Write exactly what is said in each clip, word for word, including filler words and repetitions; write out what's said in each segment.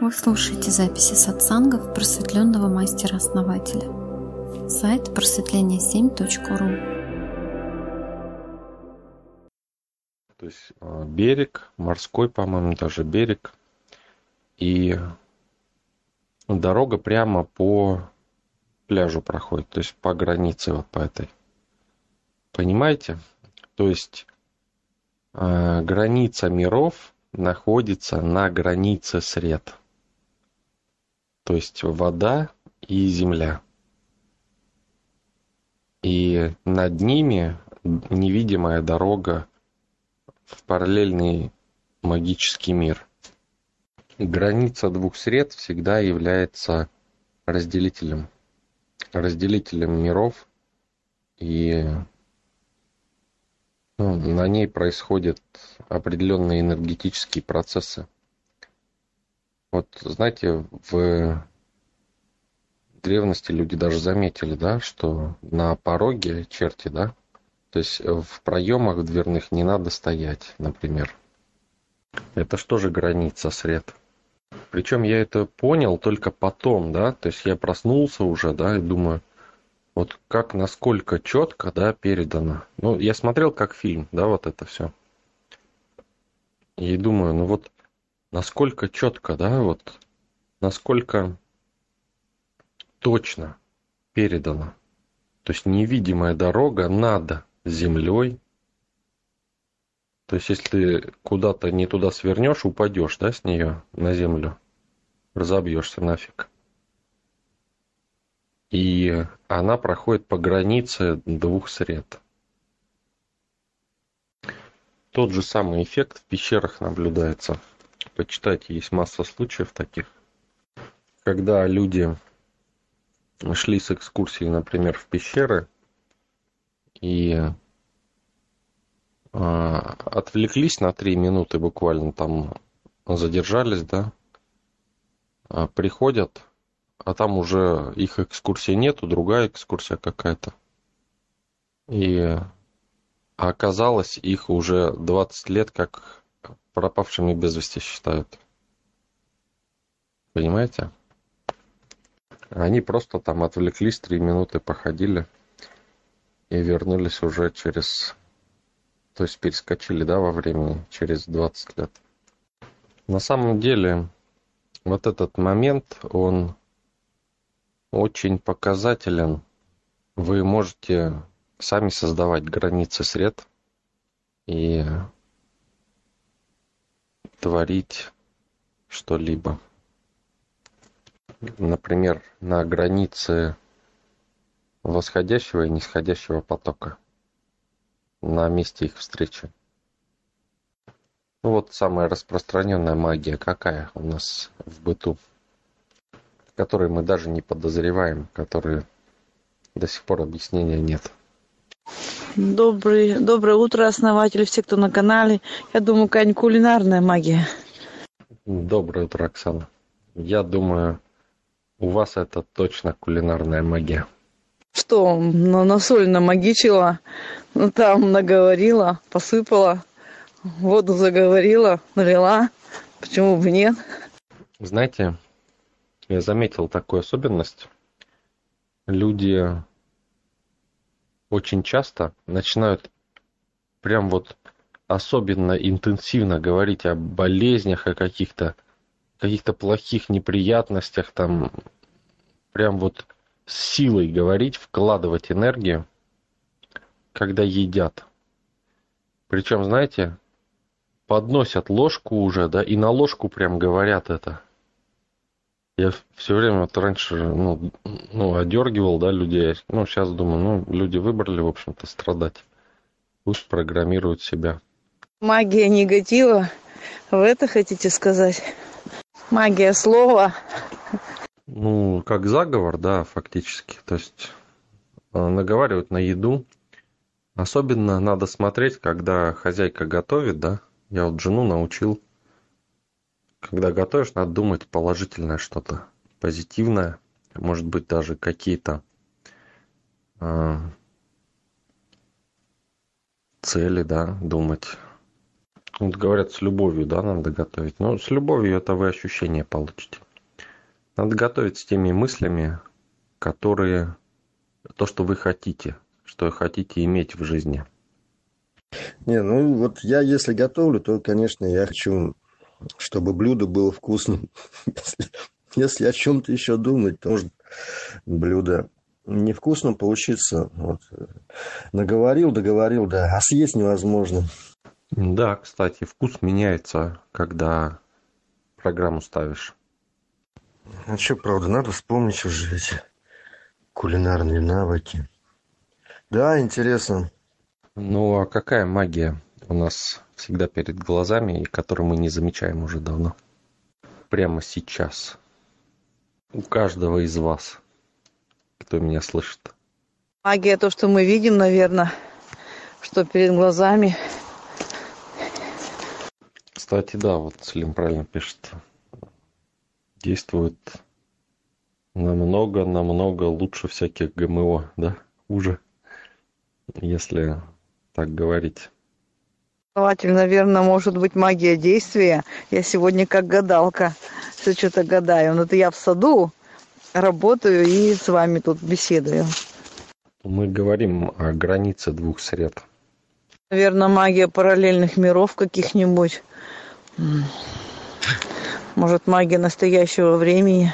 Вы слушаете записи сатсангов просветленного мастера-основателя. Сайт просветление семь точка ру. То есть берег, морской, по-моему, даже берег. И дорога прямо по пляжу проходит, то есть по границе вот по этой. Понимаете? То есть э, граница миров находится на границе сред. То есть вода и земля. И над ними невидимая дорога в параллельный магический мир. Граница двух сред всегда является разделителем. Разделителем миров. И ну, на ней происходят определенные энергетические процессы. Вот знаете, в древности люди даже заметили, да, что на пороге черти, да, то есть в проемах дверных не надо стоять, например. Это что же граница сред? Причем я это понял только потом, да, то есть я проснулся уже, да, и думаю, вот как, насколько четко, да, передано. Ну, я смотрел как фильм, да, вот это все. И думаю, ну вот насколько четко, да, вот насколько точно передано. То есть невидимая дорога над землей. То есть если ты куда-то не туда свернешь, упадешь, да, с нее на землю, разобьешься нафиг. И она проходит по границе двух сред. Тот же самый эффект в пещерах наблюдается. Почитайте, есть масса случаев таких. Когда люди шли с экскурсией, например, в пещеры и э, отвлеклись на три минуты буквально, там задержались, да, а приходят, а там уже их экскурсии нету, другая экскурсия какая-то. И оказалось, их уже двадцать лет как пропавшими без вести считают. Понимаете? Они просто там отвлеклись, три минуты походили и вернулись уже через... То есть перескочили, да, во времени через двадцать лет. На самом деле, вот этот момент, он очень показателен. Вы можете сами создавать границы сред и творить что-либо. Например, на границе восходящего и нисходящего потока, на месте их встречи. Ну вот самая распространенная магия какая у нас в быту, которой мы даже не подозреваем, которой до сих пор объяснения нет. Добрый, доброе утро, основатели, все, кто на канале. Я думаю, какая-нибудь кулинарная магия. Доброе утро, Оксана. Я думаю, у вас это точно кулинарная магия. Что, на, на соль намагичила, ну, там наговорила, посыпала, воду заговорила, налила. Почему бы нет? Знаете, я заметил такую особенность. Люди очень часто начинают прям вот особенно интенсивно говорить о болезнях, о каких-то каких-то плохих неприятностях, там прям вот с силой говорить, вкладывать энергию, когда едят. Причем, знаете, подносят ложку уже, да, и на ложку прям говорят это. Я все время вот раньше, ну, ну, одергивал, да, людей. Ну, сейчас думаю, ну, люди выбрали, в общем-то, страдать. Пусть программируют себя. Магия негатива. Вы это хотите сказать? Магия слова. Ну, как заговор, да, фактически. То есть наговаривают на еду. Особенно надо смотреть, когда хозяйка готовит, да. Я вот жену научил. Когда готовишь, надо думать положительное что-то, позитивное. Может быть, даже какие-то э, цели, да, думать. Вот говорят, с любовью, да, надо готовить. Ну, с любовью это вы ощущение получите. Надо готовить с теми мыслями, которые, то, что вы хотите, что хотите иметь в жизни. Не, ну вот я если готовлю, то, конечно, я хочу, чтобы блюдо было вкусным. Если, если о чем-то еще думать, то может блюдо невкусным получится. Вот. Наговорил, договорил, да, а съесть невозможно. Да, кстати, вкус меняется, когда программу ставишь. А что, правда, надо вспомнить уже эти кулинарные навыки. Да, интересно. Ну, а какая магия у нас всегда перед глазами, и которую мы не замечаем уже давно? Прямо сейчас. У каждого из вас, кто меня слышит. Магия, то, что мы видим, наверное, что перед глазами. Кстати, да, вот Слим правильно пишет. Действует намного-намного лучше всяких ГМО, да? Хуже, если так говорить. Основатель, наверное, может быть магия действия. Я сегодня как гадалка, все что-то гадаю. Но это я в саду работаю и с вами тут беседую. Мы говорим о границе двух сред. Наверное, магия параллельных миров каких-нибудь. Может, магия настоящего времени.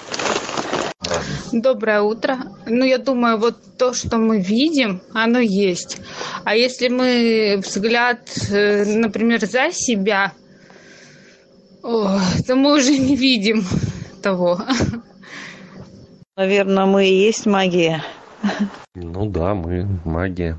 Доброе утро. Ну, я думаю, вот то, что мы видим, оно есть. А если мы взгляд, например, за себя, о, то мы уже не видим того. Наверное, мы и есть магия. Ну да, мы магия.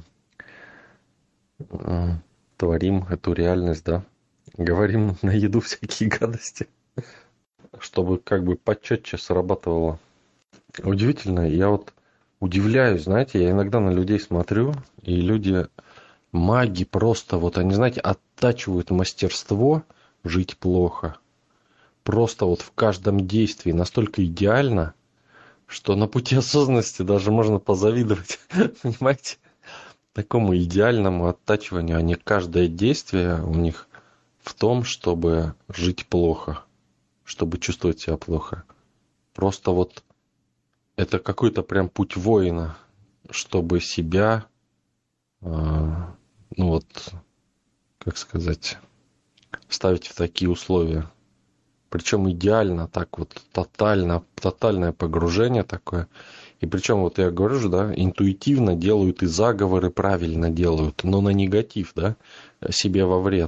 Творим эту реальность, да. Говорим на еду всякие гадости. Чтобы как бы почетче срабатывало. Удивительно, я вот удивляюсь, знаете, я иногда на людей смотрю, и люди, маги просто, вот они, знаете, оттачивают мастерство жить плохо. Просто вот в каждом действии настолько идеально, что на пути осознанности даже можно позавидовать, понимаете? Такому идеальному оттачиванию, а не каждое действие у них в том, чтобы жить плохо, чтобы чувствовать себя плохо. Просто вот это какой-то прям путь воина, чтобы себя, э, ну вот, как сказать, ставить в такие условия. Причем идеально, так вот, тотально, тотальное погружение такое. И причем, вот я говорю же, да, интуитивно делают и заговоры правильно делают, но на негатив, да, себе во вред.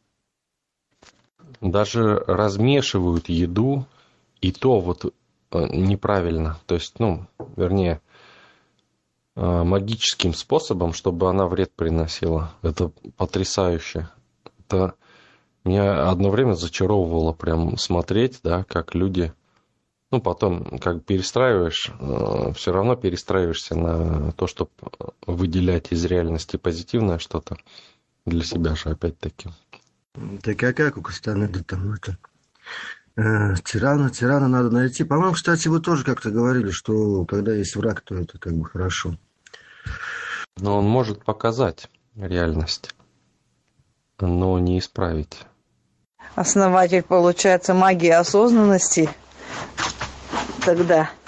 Даже размешивают еду, и то вот неправильно, то есть, ну, вернее, магическим способом, чтобы она вред приносила. Это потрясающе. Это меня одно время зачаровывало прям смотреть, да, как люди, ну, потом, как перестраиваешь, все равно перестраиваешься на то, чтобы выделять из реальности позитивное что-то для себя же, опять-таки. Так а как у Кастанеды там это? Э, тирана, тирана надо найти. По-моему, кстати, вы тоже как-то говорили, что когда есть враг, то это как бы хорошо. Но он может показать реальность, но не исправить. Основатель, получается, магии осознанности тогда.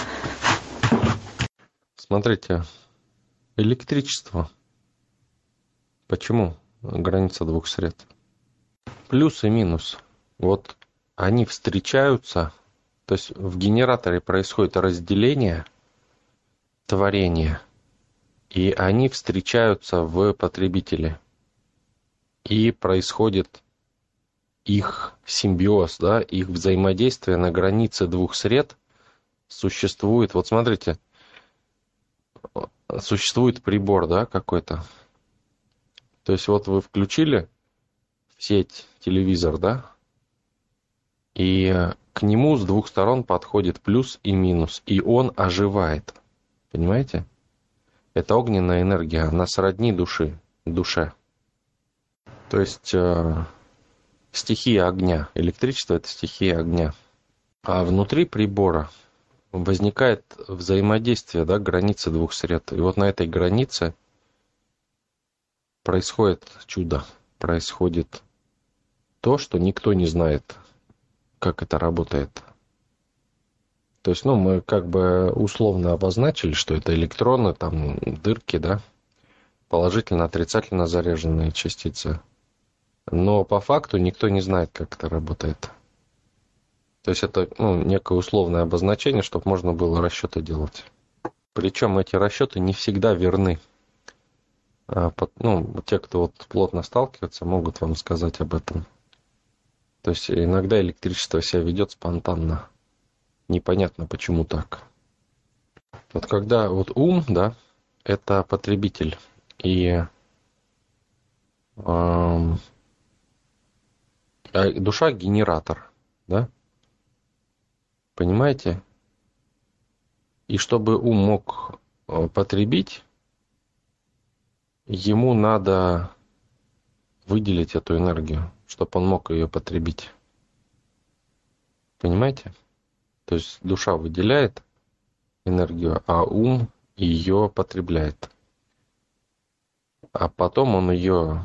Смотрите, электричество. Почему граница двух сред? Плюс и минус. Вот они встречаются, то есть в генераторе происходит разделение, творение, и они встречаются в потребителе. И происходит их симбиоз, да, их взаимодействие на границе двух сред существует. Вот смотрите, существует прибор, да, какой-то. То есть вот вы включили в сеть телевизор, да, и к нему с двух сторон подходит плюс и минус, и он оживает. Понимаете? Это огненная энергия, она сродни души, душе. То есть э, стихия огня. Электричество – это стихия огня. А внутри прибора возникает взаимодействие, да, границы двух сред. И вот на этой границе происходит чудо. происходит то, что никто не знает, как это работает. То есть, ну, мы как бы условно обозначили, что это электроны, там, дырки, да, положительно-отрицательно заряженные частицы. Но по факту никто не знает, как это работает. То есть это, ну, некое условное обозначение, чтобы можно было расчеты делать. Причем эти расчеты не всегда верны. А, ну, те, кто вот плотно сталкивается, могут вам сказать об этом. То есть иногда электричество себя ведет спонтанно. Непонятно, почему так. Вот когда вот ум, да, это потребитель. И э, душа генератор, да? Понимаете? И чтобы ум мог потребить, ему надо выделить эту энергию, чтобы он мог ее потребить. Понимаете? То есть душа выделяет энергию, а ум ее потребляет. А потом он ее,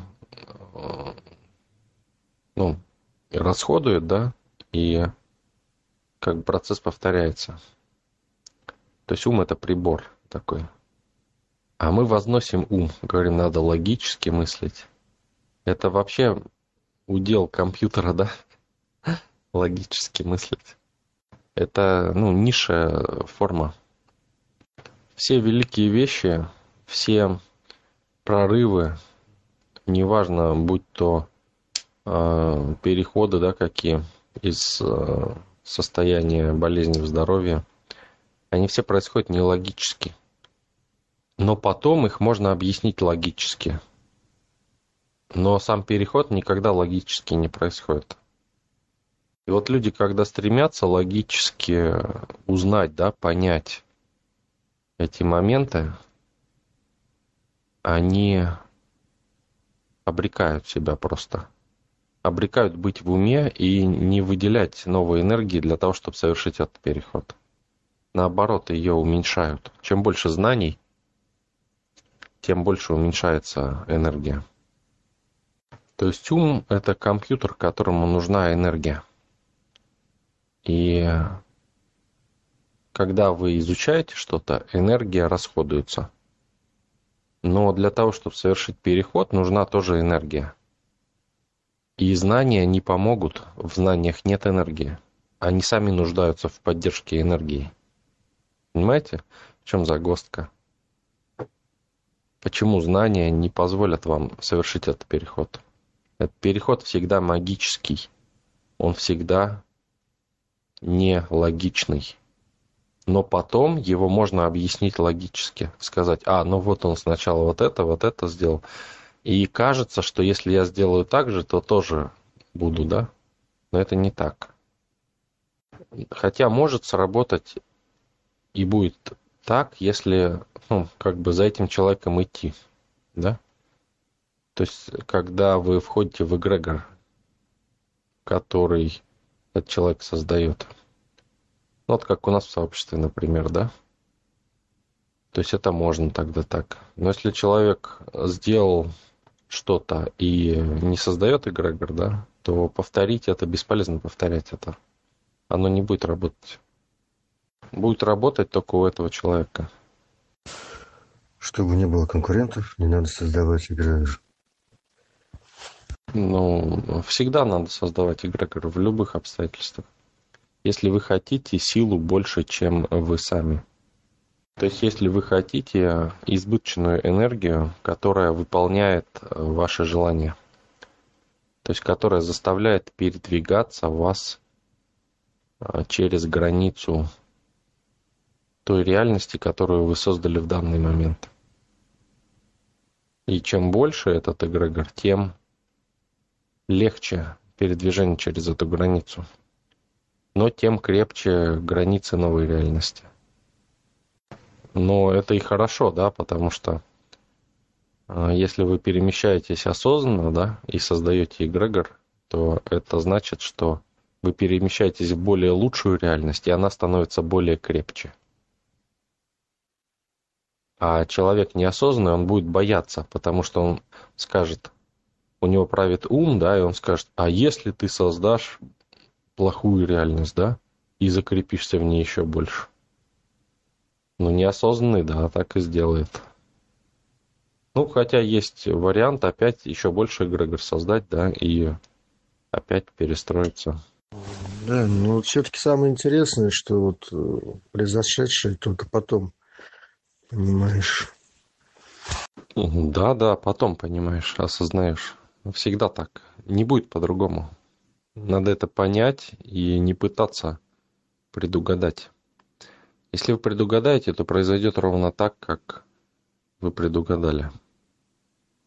ну, расходует, да, и как бы процесс повторяется. То есть ум это прибор такой. А мы возносим ум, говорим, надо логически мыслить. Это вообще удел компьютера, да, логически мыслить. Это, ну, низшая форма. Все великие вещи, все прорывы, неважно, будь то э, переходы, да, какие из э, состояния болезни в здоровье, они все происходят не логически. Но потом их можно объяснить логически. Но сам переход никогда логически не происходит. И вот люди, когда стремятся логически узнать, да, понять эти моменты, они обрекают себя просто. Обрекают быть в уме и не выделять новой энергии для того, чтобы совершить этот переход. Наоборот, ее уменьшают. Чем больше знаний, тем больше уменьшается энергия. То есть ум – это компьютер, которому нужна энергия. И когда вы изучаете что-то, энергия расходуется. Но для того, чтобы совершить переход, нужна тоже энергия. И знания не помогут, в знаниях нет энергии. Они сами нуждаются в поддержке энергии. Понимаете, в чем загвоздка? Почему знания не позволят вам совершить этот переход? Этот переход всегда магический. Он всегда не логичный. Но потом его можно объяснить логически. Сказать, а, ну вот он сначала вот это, вот это сделал. И кажется, что если я сделаю так же, то тоже буду, да? Но это не так. Хотя может сработать и будет так, если, ну, как бы за этим человеком идти, да? То есть, когда вы входите в эгрегор, который этот человек создает. Вот как у нас в сообществе, например, да? То есть это можно тогда так. Но если человек сделал что-то и не создает эгрегор, да, то повторить это бесполезно, повторять это. Оно не будет работать. Будет работать только у этого человека. Чтобы не было конкурентов, не надо создавать эгрегор. Ну, всегда надо создавать эгрегор в любых обстоятельствах. Если вы хотите силу больше, чем вы сами. То есть, если вы хотите избыточную энергию, которая выполняет ваши желания. То есть, которая заставляет передвигаться вас через границу той реальности, которую вы создали в данный момент. И чем больше этот эгрегор, тем легче передвижение через эту границу. Но тем крепче границы новой реальности. Но это и хорошо, да, потому что если вы перемещаетесь осознанно, да, и создаете эгрегор, то это значит, что вы перемещаетесь в более лучшую реальность, и она становится более крепче. А человек неосознанный, он будет бояться, потому что он скажет, у него правит ум, да, и он скажет, а если ты создашь плохую реальность, да, и закрепишься в ней еще больше? Ну, неосознанный, да, так и сделает. Ну, хотя есть вариант опять еще больше эгрегор создать, да, и опять перестроиться. Да, но вот все-таки самое интересное, что вот э, произошедшее только потом, понимаешь. Да, да, потом понимаешь, осознаешь. Всегда так. Не будет по-другому. Надо это понять и не пытаться предугадать. Если вы предугадаете, то произойдет ровно так, как вы предугадали.